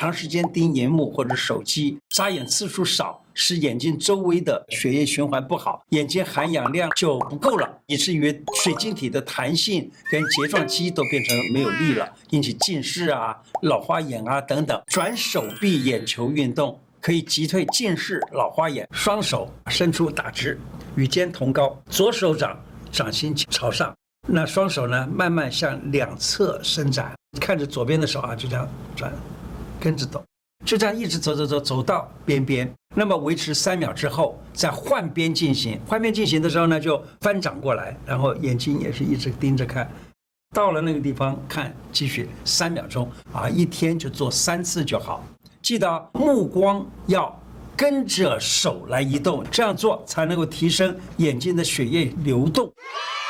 长时间盯荧幕或者手机，眨眼次数少，使眼睛周围的血液循环不好，眼睛含氧量就不够了，以至于水晶体的弹性跟睫状肌都变成没有力了，引起近视啊、老花眼啊等等。转手臂眼球运动可以击退近视、老花眼。双手伸出打直，与肩同高，左手掌心朝上。那双手呢，慢慢向两侧伸展，看着左边的手啊，就这样转，跟着抖，就这样一直走到边边。那么维持3秒之后，再换边进行。换边进行的时候呢，就翻掌过来，然后眼睛也是一直盯着看。到了那个地方看，继续3秒钟啊，一天就做3次就好。记得目光要跟着手来移动，这样做才能够提升眼睛的血液流动。